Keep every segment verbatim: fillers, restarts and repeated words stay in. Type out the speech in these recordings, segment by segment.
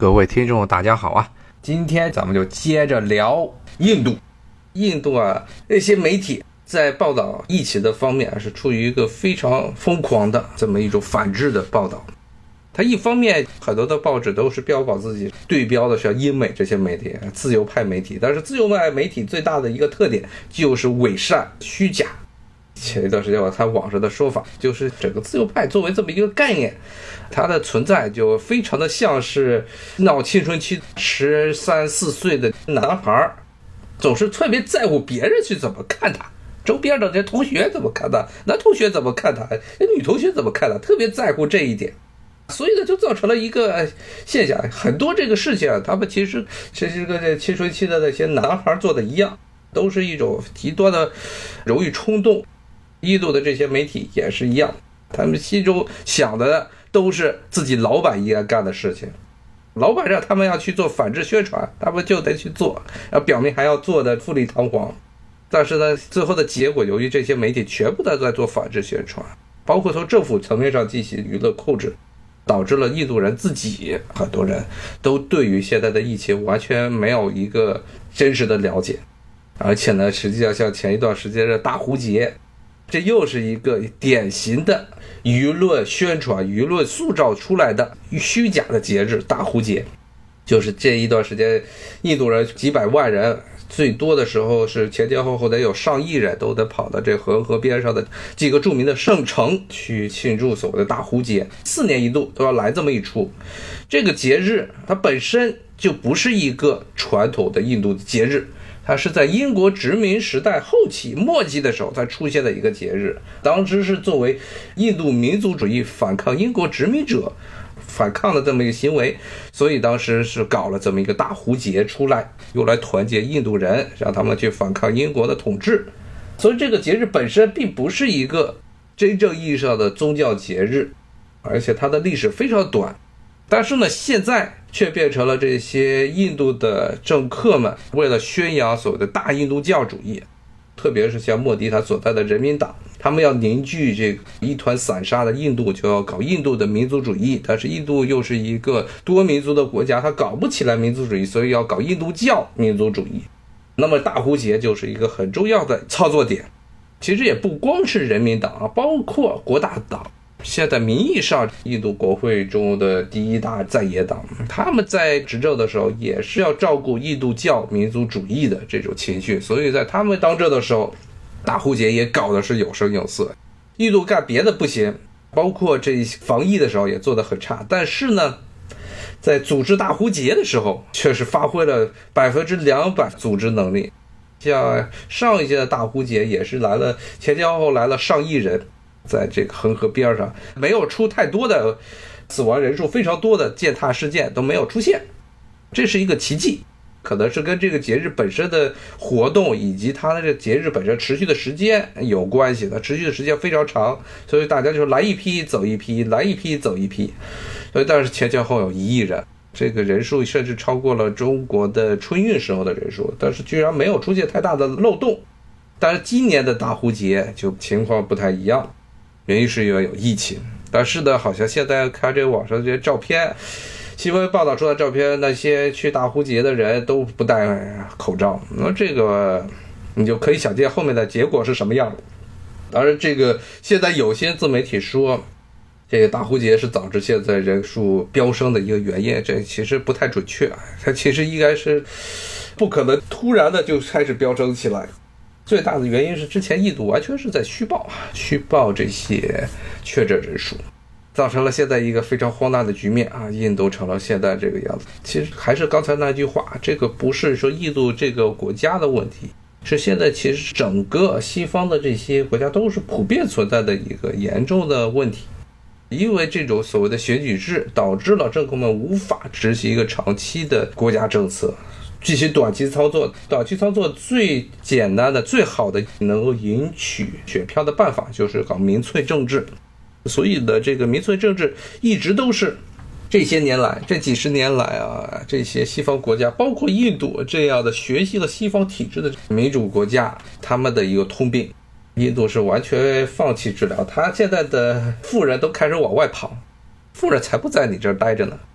各位听众大家好啊，今天咱们就接着聊印度。印度啊，那些媒体在报道疫情的方面是处于一个非常疯狂的这么一种反制的报道。它一方面很多的报纸都是标榜自己对标的像英美这些媒体，自由派媒体，但是自由派媒体最大的一个特点就是伪善虚假。前一段时间我看网上的说法，就是整个自由派作为这么一个概念，它的存在就非常的像是闹青春期十三四岁的男孩，总是特别在乎别人去怎么看他，周边的这些同学怎么看他，男同学怎么看他，女同学怎么看他，特别在乎这一点。所以呢，就造成了一个现象，很多这个事情啊，他们其实其实跟这青春期的那些男孩做的一样，都是一种极端的容易冲动。印度的这些媒体也是一样，他们心中想的都是自己老板应该干的事情，老板让他们要去做反制宣传，他们就得去做，然后表面还要做的富丽堂皇。但是呢，最后的结果，由于这些媒体全部都在做反制宣传，包括从政府层面上进行舆论控制，导致了印度人自己很多人都对于现在的疫情完全没有一个真实的了解。而且呢，实际上像前一段时间的大壶节，这又是一个典型的舆论宣传、舆论塑造出来的虚假的节日。大壶节就是这一段时间，印度人几百万人，最多的时候是前前后后得有上亿人，都得跑到这恒河边上的几个著名的圣城去庆祝所谓的大壶节，四年一度都要来这么一出。这个节日它本身就不是一个传统的印度的节日，它是在英国殖民时代后期末期的时候才出现的一个节日，当时是作为印度民族主义反抗英国殖民者反抗的这么一个行为，所以当时是搞了这么一个大壶节出来，用来团结印度人，让他们去反抗英国的统治。所以这个节日本身并不是一个真正意义上的宗教节日，而且它的历史非常短。但是呢，现在却变成了这些印度的政客们为了宣扬所谓的大印度教主义，特别是像莫迪他所在的人民党，他们要凝聚这个一团散沙的印度，就要搞印度的民族主义。但是印度又是一个多民族的国家，他搞不起来民族主义，所以要搞印度教民族主义。那么大壶节就是一个很重要的操作点。其实也不光是人民党啊，包括国大党，现在名义上印度国会中的第一大在野党，他们在执政的时候也是要照顾印度教民族主义的这种情绪，所以在他们当政的时候，大壶节也搞的是有声有色。印度干别的不行，包括这防疫的时候也做得很差，但是呢，在组织大壶节的时候却是发挥了百分之两百组织能力。像上一届的大壶节也是来了，前前后后来了上亿人，在这个恒河边上没有出太多的死亡人数，非常多的践踏事件都没有出现，这是一个奇迹。可能是跟这个节日本身的活动以及它的这个节日本身持续的时间有关系的，持续的时间非常长，所以大家就来一批走一批，来一批走一批。所以但是前前后有一亿人，这个人数甚至超过了中国的春运时候的人数，但是居然没有出现太大的漏洞。但是今年的大壶节就情况不太一样，原因是因为有疫情。但是呢，好像现在看这个网上这些照片，新闻报道出的照片，那些去大壶节的人都不戴口罩，那这个你就可以想见后面的结果是什么样的。当然这个现在有些自媒体说这个大壶节是导致现在人数飙升的一个原因，这其实不太准确，它其实应该是不可能突然的就开始飙升起来。最大的原因是之前印度完全是在虚报虚报这些确诊人数，造成了现在一个非常荒诞的局面啊！印度成了现在这个样子。其实还是刚才那句话，这个不是说印度这个国家的问题，是现在其实整个西方的这些国家都是普遍存在的一个严重的问题。因为这种所谓的选举制，导致了政客们无法执行一个长期的国家政策，进行短期操作。短期操作最简单的、最好的能够赢取选票的办法就是搞民粹政治。所以的这个民粹政治一直都是这些年来这几十年来啊，这些西方国家包括印度这样的学习了西方体制的民主国家他们的一个通病。印度是完全放弃治疗，他现在的富人都开始往外跑，富人才不在你这儿待着呢。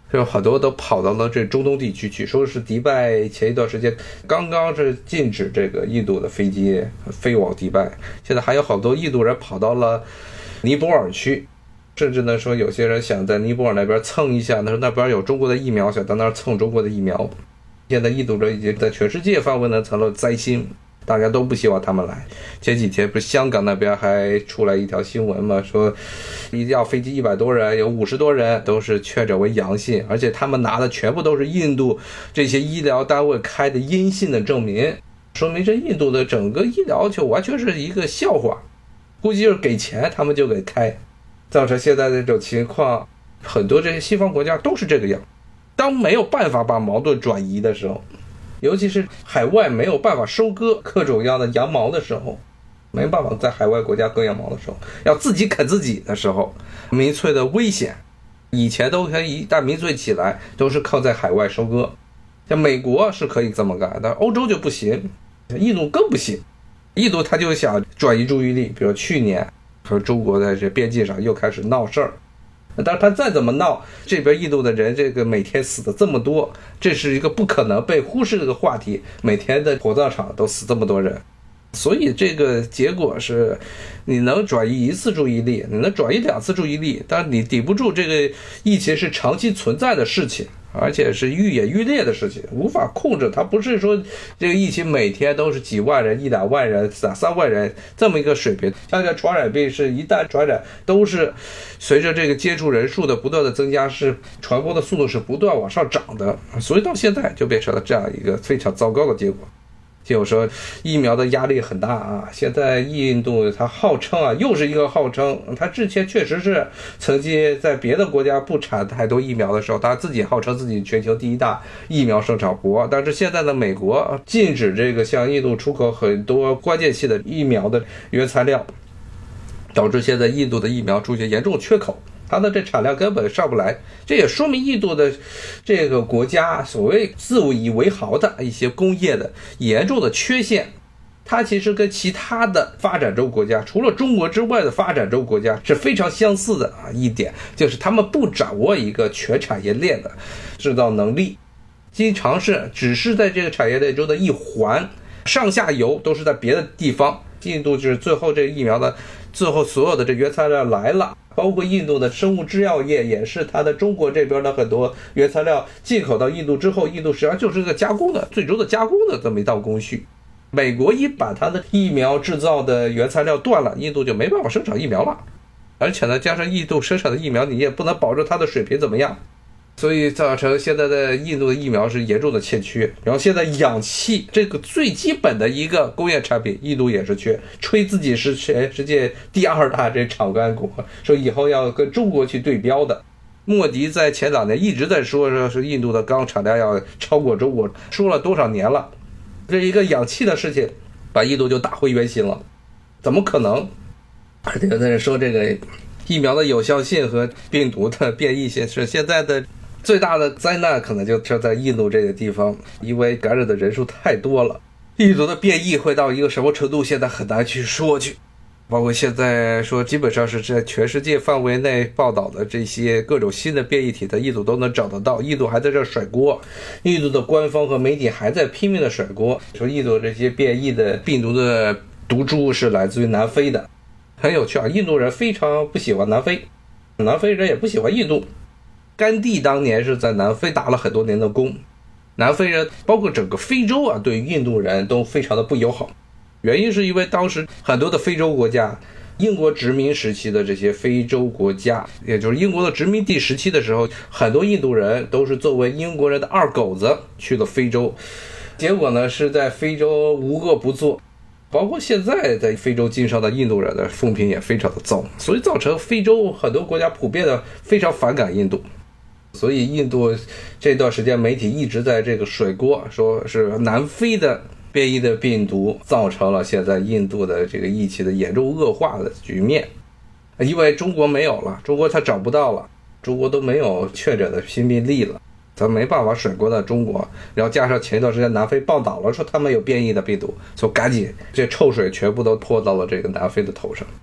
就很多都跑到了这中东地区去，说是迪拜前一段时间刚刚是禁止这个印度的飞机飞往迪拜，现在还有好多印度人跑到了尼泊尔去，甚至呢说有些人想在尼泊尔那边蹭一下，那说那边有中国的疫苗，想到那儿蹭中国的疫苗。现在印度人已经在全世界范围呢成了灾星，大家都不希望他们来。前几天不是香港那边还出来一条新闻嘛，说一架飞机一百多人，有五十多人都是确诊为阳性，而且他们拿的全部都是印度这些医疗单位开的阴性的证明，说明这印度的整个医疗就完全是一个笑话，估计就是给钱他们就给开，造成现在这种情况。很多这些西方国家都是这个样，当没有办法把矛盾转移的时候，尤其是海外没有办法收割各种各样的羊毛的时候，没办法在海外国家割羊毛的时候，要自己啃自己的时候，民粹的危险，以前都可以一旦民粹起来都是靠在海外收割，像美国是可以这么干，但欧洲就不行，印度更不行。印度他就想转移注意力，比如去年和中国在这边境上又开始闹事儿，但是他再怎么闹，这边印度的人这个每天死的这么多，这是一个不可能被忽视的话题，每天的火葬场都死这么多人，所以这个结果是你能转移一次注意力，你能转移两次注意力，但你抵不住这个疫情是长期存在的事情，而且是愈演愈烈的事情，无法控制。它不是说这个疫情每天都是几万人、一两万人、三三万人这么一个水平，像这传染病是一旦传染都是随着这个接触人数的不断的增加，是传播的速度是不断往上涨的，所以到现在就变成了这样一个非常糟糕的结果。就说疫苗的压力很大啊，现在印度它号称啊，又是一个号称，它之前确实是曾经在别的国家不产太多疫苗的时候，它自己号称自己全球第一大疫苗生产国，但是现在的美国禁止这个向印度出口很多关键期的疫苗的原材料，导致现在印度的疫苗出现严重缺口，它的这产量根本上不来，这也说明印度的这个国家所谓自以为豪的一些工业的严重的缺陷。它其实跟其他的发展中国家，除了中国之外的发展中国家是非常相似的啊，一点就是他们不掌握一个全产业链的制造能力，经常是只是在这个产业链中的一环，上下游都是在别的地方。印度就是最后这疫苗的最后所有的这原材料来了，包括印度的生物制药业也是它的中国这边的很多原材料进口到印度之后，印度实际上就是个加工的最终的加工的这么一道工序。美国一把它的疫苗制造的原材料断了，印度就没办法生产疫苗了，而且呢加上印度生产的疫苗你也不能保证它的水平怎么样，所以造成现在的印度的疫苗是严重的欠缺。然后现在氧气这个最基本的一个工业产品印度也是缺，吹自己是全世界第二大这厂干国，说以后要跟中国去对标的。莫迪在前两年一直在说说是印度的钢产量要超过中国，说了多少年了，这一个氧气的事情把印度就打回原形了，怎么可能？而且有的人说这个疫苗的有效性和病毒的变异性是现在的最大的灾难，可能就在印度这个地方，因为感染的人数太多了。印度的变异会到一个什么程度，现在很难去说去。包括现在说基本上是在全世界范围内报道的这些各种新的变异体，在印度都能找得到。印度还在这甩锅，印度的官方和媒体还在拼命的甩锅，说印度这些变异的病毒的毒株是来自于南非的。很有趣啊，印度人非常不喜欢南非，南非人也不喜欢印度。甘地当年是在南非打了很多年的工，南非人包括整个非洲啊，对于印度人都非常的不友好。原因是因为当时很多的非洲国家，英国殖民时期的这些非洲国家，也就是英国的殖民地时期的时候，很多印度人都是作为英国人的二狗子去了非洲，结果呢是在非洲无恶不作，包括现在在非洲经商的印度人的风评也非常的糟，所以造成非洲很多国家普遍的非常反感印度。所以印度这段时间媒体一直在这个甩锅，说是南非的变异的病毒造成了现在印度的这个疫情的严重恶化的局面，因为中国没有了，中国它找不到了，中国都没有确诊的新病例了，咱没办法甩锅到中国，然后加上前一段时间南非报道了说他们有变异的病毒，所以赶紧这臭水全部都泼到了这个南非的头上。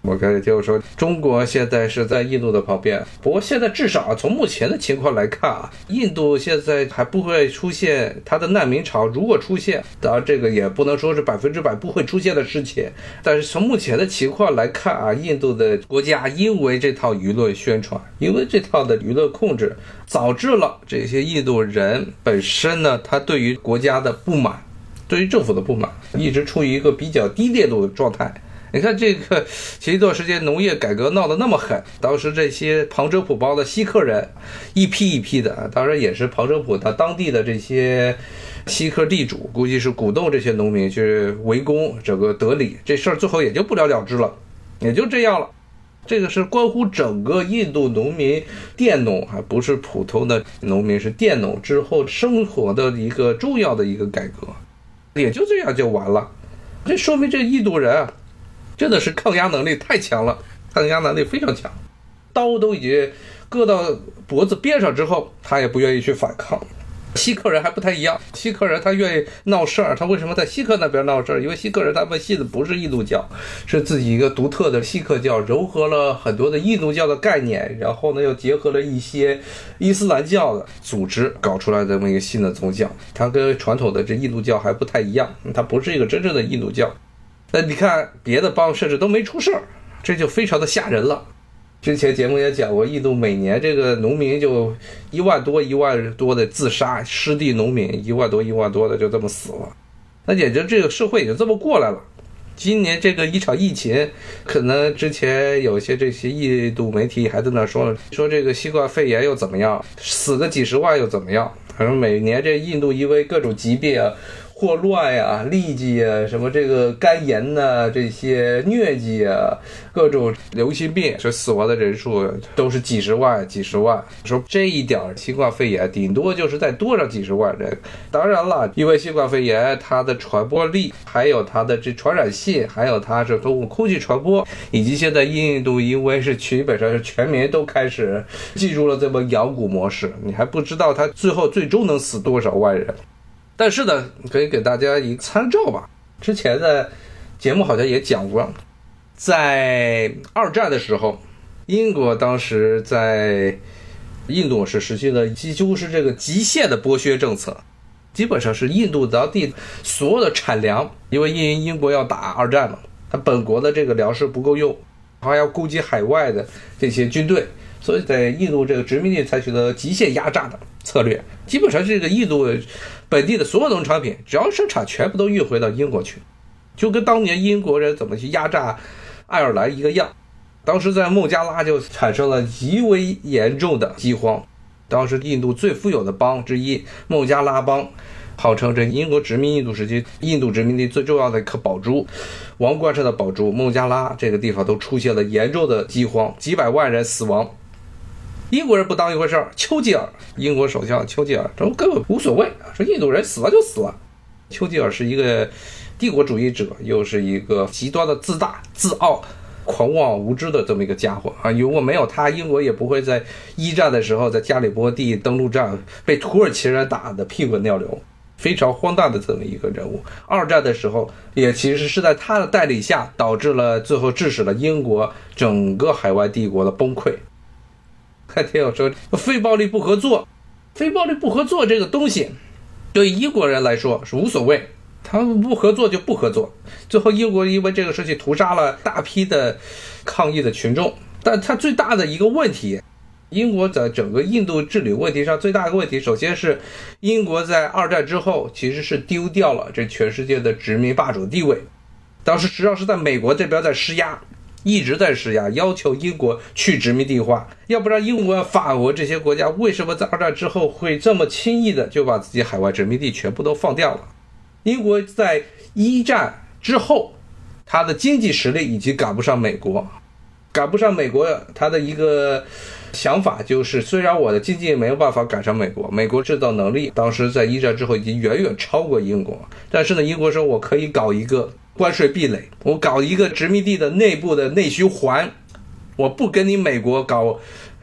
我刚才就是说，中国现在是在印度的旁边，不过现在至少从目前的情况来看啊，印度现在还不会出现它的难民潮。如果出现，当然这个也不能说是百分之百不会出现的事情，但是从目前的情况来看啊，印度的国家因为这套舆论宣传，因为这套的舆论控制，导致了这些印度人本身呢，他对于国家的不满，对于政府的不满，一直处于一个比较低烈度的状态。你看这个前一段时间农业改革闹得那么狠，当时这些旁遮普邦的锡克人一批一批的，当然也是旁遮普他当地的这些锡克地主估计是鼓动这些农民去围攻整个德里，这事儿最后也就不了了之了，也就这样了。这个是关乎整个印度农民佃农，还不是普通的农民，是佃农之后生活的一个重要的一个改革，也就这样就完了。这说明这印度人啊真的是抗压能力太强了，抗压能力非常强，刀都已经割到脖子边上之后，他也不愿意去反抗。锡克人还不太一样，锡克人他愿意闹事儿，他为什么在锡克那边闹事儿？因为锡克人他们信的不是印度教，是自己一个独特的锡克教，糅合了很多的印度教的概念，然后呢又结合了一些伊斯兰教的组织，搞出来这么一个新的宗教。它跟传统的这印度教还不太一样，它不是一个真正的印度教。那你看别的邦甚至都没出事儿，这就非常的吓人了。之前节目也讲过，印度每年这个农民就一万多一万多的自杀，失地农民一万多一万多的就这么死了，那也就这个社会也就这么过来了。今年这个一场疫情，可能之前有些这些印度媒体还在那说了，说这个新冠肺炎又怎么样，死个几十万又怎么样，反正每年这印度因为各种疾病啊，霍乱呀、痢疾啊，什么这个肝炎呐、啊，这些疟疾啊，各种流行病，这死亡的人数都是几十万、几十万。说这一点新冠肺炎顶多就是再多上几十万人。当然了，因为新冠肺炎它的传播力，还有它的这传染性，还有它是通过空气传播，以及现在印度因为是基本上是全民都开始进入了这么养蛊模式，你还不知道它最后最终能死多少万人。但是呢，可以给大家一个参照吧。之前的节目好像也讲过，在二战的时候，英国当时在印度是实行了几乎是这个极限的剥削政策，基本上是印度当地所有的产粮，因为英英国要打二战嘛，它本国的这个粮食不够用，还要攻击海外的这些军队，所以在印度这个殖民地采取了极限压榨的策略，基本上这个印度本地的所有农产品只要生产全部都运回到英国去，就跟当年英国人怎么去压榨爱尔兰一个样。当时在孟加拉就产生了极为严重的饥荒，当时印度最富有的邦之一孟加拉邦，号称这英国殖民印度时期印度殖民地最重要的一颗宝珠，王冠上的宝珠，孟加拉这个地方都出现了严重的饥荒，几百万人死亡。英国人不当一回事儿，丘吉尔，英国首相丘吉尔，这根本无所谓，说印度人死了就死了。丘吉尔是一个帝国主义者，又是一个极端的自大、自傲、狂妄无知的这么一个家伙啊！如果没有他，英国也不会在一战的时候在加里波第登陆战被土耳其人打得屁滚尿流，非常荒诞的这么一个人物。二战的时候，也其实是在他的带领下，导致了最后致使了英国整个海外帝国的崩溃。看天友说非暴力不合作，非暴力不合作这个东西对英国人来说是无所谓，他们不合作就不合作。最后英国因为这个事情屠杀了大批的抗议的群众，但他最大的一个问题，英国在整个印度治理问题上最大的问题，首先是英国在二战之后其实是丢掉了这全世界的殖民霸主地位，当时实际上是在美国这边在施压，一直在施压，要求英国去殖民地化，要不然英国、法国这些国家为什么在二战之后会这么轻易的就把自己海外殖民地全部都放掉了？英国在一战之后，它的经济实力已经赶不上美国，赶不上美国，它的一个想法就是，虽然我的经济没有办法赶上美国，美国制造能力当时在一战之后已经远远超过英国，但是呢，英国说我可以搞一个关税壁垒，我搞一个殖民地的内部的内循环，我不跟你美国搞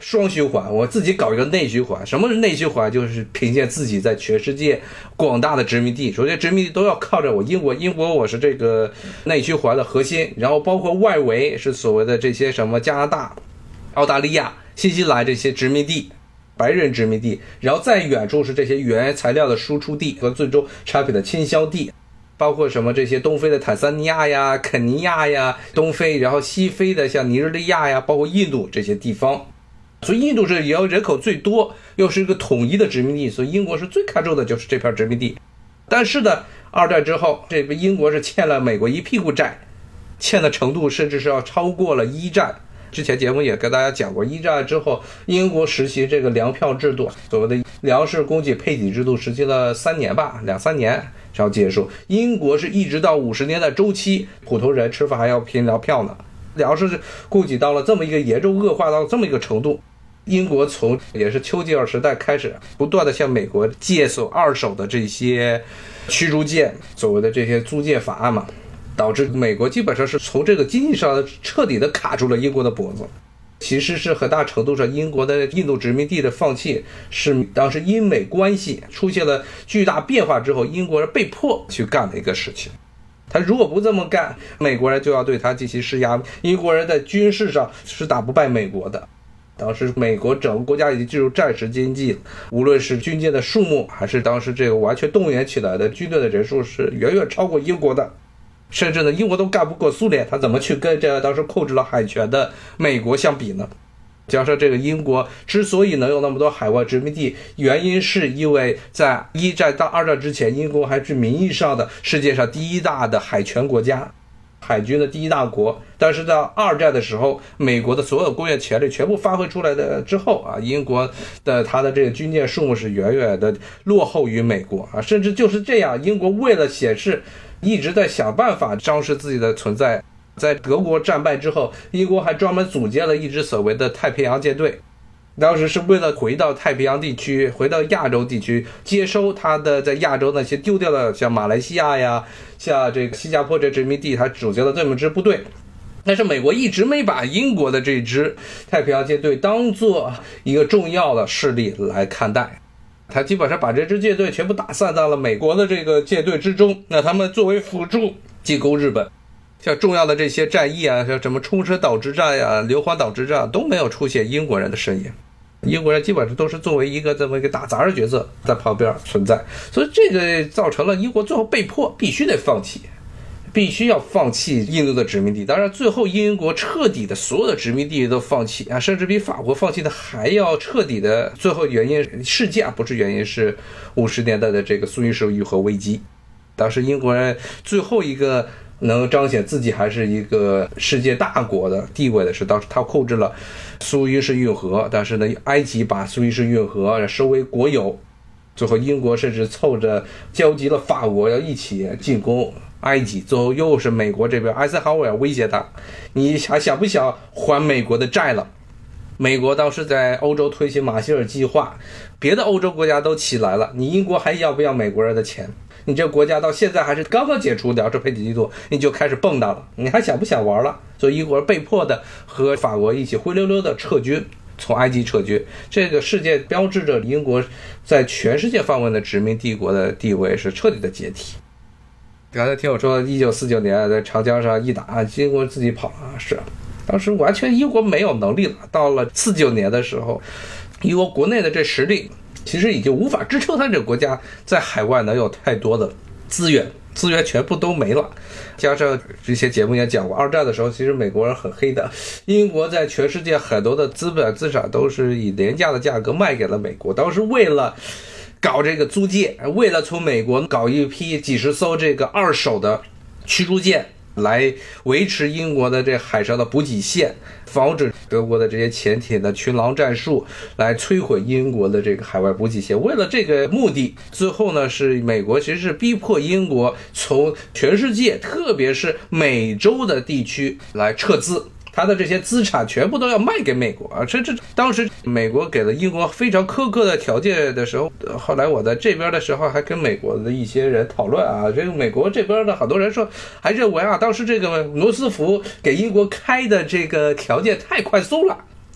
双循环，我自己搞一个内循环。什么是内循环？就是凭借自己在全世界广大的殖民地，首先殖民地都要靠着我英国，英国我是这个内循环的核心，然后包括外围是所谓的这些什么加拿大、澳大利亚、新西兰这些殖民地，白人殖民地，然后再远处是这些原材料的输出地和最终产品的倾销地，包括什么这些东非的坦桑尼亚呀、肯尼亚呀，东非，然后西非的像尼日利亚呀，包括印度这些地方。所以印度是也有人口最多，又是一个统一的殖民地，所以英国是最看重的就是这片殖民地。但是呢，二战之后，这个英国是欠了美国一屁股债，欠的程度甚至是要超过了一战。之前节目也跟大家讲过，一战之后英国实行这个粮票制度，所谓的粮食供给配给制度实行了三年吧，两三年然后结束。英国是一直到五十年的周期，普通人吃饭还要凭粮票呢，粮食供给到了这么一个严重恶化到这么一个程度，英国从也是丘吉尔时代开始，不断的向美国借所二手的这些驱逐舰，所谓的这些租借法案嘛，导致美国基本上是从这个经济上彻底的卡住了英国的脖子。其实是很大程度上英国的印度殖民地的放弃，是当时英美关系出现了巨大变化之后，英国人被迫去干的一个事情。他如果不这么干，美国人就要对他进行施压，英国人在军事上是打不败美国的。当时美国整个国家已经进入战时经济了，无论是军舰的数目，还是当时这个完全动员起来的军队的人数，是远远超过英国的。甚至呢，英国都干不过苏联，他怎么去跟这当时控制了海权的美国相比呢？加上这个英国之所以能有那么多海外殖民地，原因是因为在一战到二战之前，英国还是名义上的世界上第一大的海权国家，海军的第一大国。但是到二战的时候，美国的所有工业潜力全部发挥出来的之后啊，英国的它的这个军舰数目是远远的落后于美国啊，甚至就是这样，英国为了显示一直在想办法彰显自己的存在，在德国战败之后，英国还专门组建了一支所谓的太平洋舰队，当时是为了回到太平洋地区，回到亚洲地区，接收他的在亚洲那些丢掉的像马来西亚呀，像这个新加坡这殖民地，他组建了这么支部队。但是美国一直没把英国的这支太平洋舰队当作一个重要的势力来看待，他基本上把这支舰队全部打散到了美国的这个舰队之中，那他们作为辅助进攻日本，像重要的这些战役啊，像什么冲绳岛之战呀、硫磺岛之战都没有出现英国人的身影，英国人基本上都是作为一个这么一个打杂的角色在旁边存在，所以这个造成了英国最后被迫必须得放弃，必须要放弃印度的殖民地。当然最后英国彻底的所有的殖民地都放弃啊，甚至比法国放弃的还要彻底的。最后原因事件不是原因，是五十年代的这个苏伊士运河危机。当时英国人最后一个能彰显自己还是一个世界大国的地位的是，当时他控制了苏伊士运河，但是呢，埃及把苏伊士运河收为国有，最后英国甚至凑着交集了法国要一起进攻埃及，最后又是美国这边艾森豪威尔威胁他，你还想不想还美国的债了？美国当时在欧洲推行马歇尔计划，别的欧洲国家都起来了，你英国还要不要美国人的钱？你这个国家到现在还是刚刚解除粮食配给制度，你就开始蹦跶了，你还想不想玩了？所以英国人被迫的和法国一起灰溜溜的撤军，从埃及撤军。这个事件标志着英国在全世界范围的殖民帝国的地位是彻底的解体。刚才听我说一九四九年在长江上一打，英国自己跑了，是当时完全英国没有能力了。到了四九年的时候，英国国内的这实力其实已经无法支撑他这个国家在海外能有太多的资源，资源全部都没了。加上这些节目也讲过，二战的时候其实美国人很黑的，英国在全世界很多的资本资产都是以廉价的价格卖给了美国。当时为了搞这个租借，为了从美国搞一批几十艘这个二手的驱逐舰来维持英国的这海上的补给线，防止德国的这些潜艇的群狼战术来摧毁英国的这个海外补给线。为了这个目的，最后呢是美国其实是逼迫英国从全世界特别是美洲的地区来撤资，他的这些资产全部都要卖给美国啊！这这当时美国给了英国非常苛刻的条件的时候，后来我在这边的时候还跟美国的一些人讨论啊，这个美国这边的很多人说还认为啊，当时这个罗斯福给英国开的这个条件太宽松了，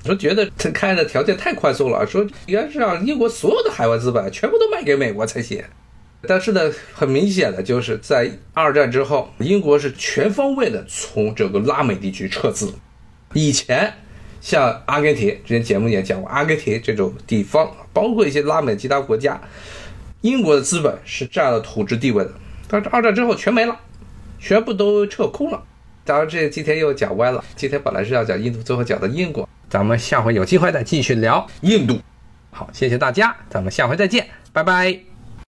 说觉得他开的条件太宽松了，说应该是让英国所有的海外资本全部都卖给美国才行。但是呢，很明显的就是在二战之后，英国是全方位的从整个拉美地区撤资。以前像阿根廷，之前节目也讲过，阿根廷这种地方，包括一些拉美其他国家，英国的资本是占了统治地位的，但是二战之后全没了，全部都撤空了。当然这今天又讲歪了，今天本来是要讲印度，最后讲的英国，咱们下回有机会再继续聊印度。好，谢谢大家，咱们下回再见，拜拜。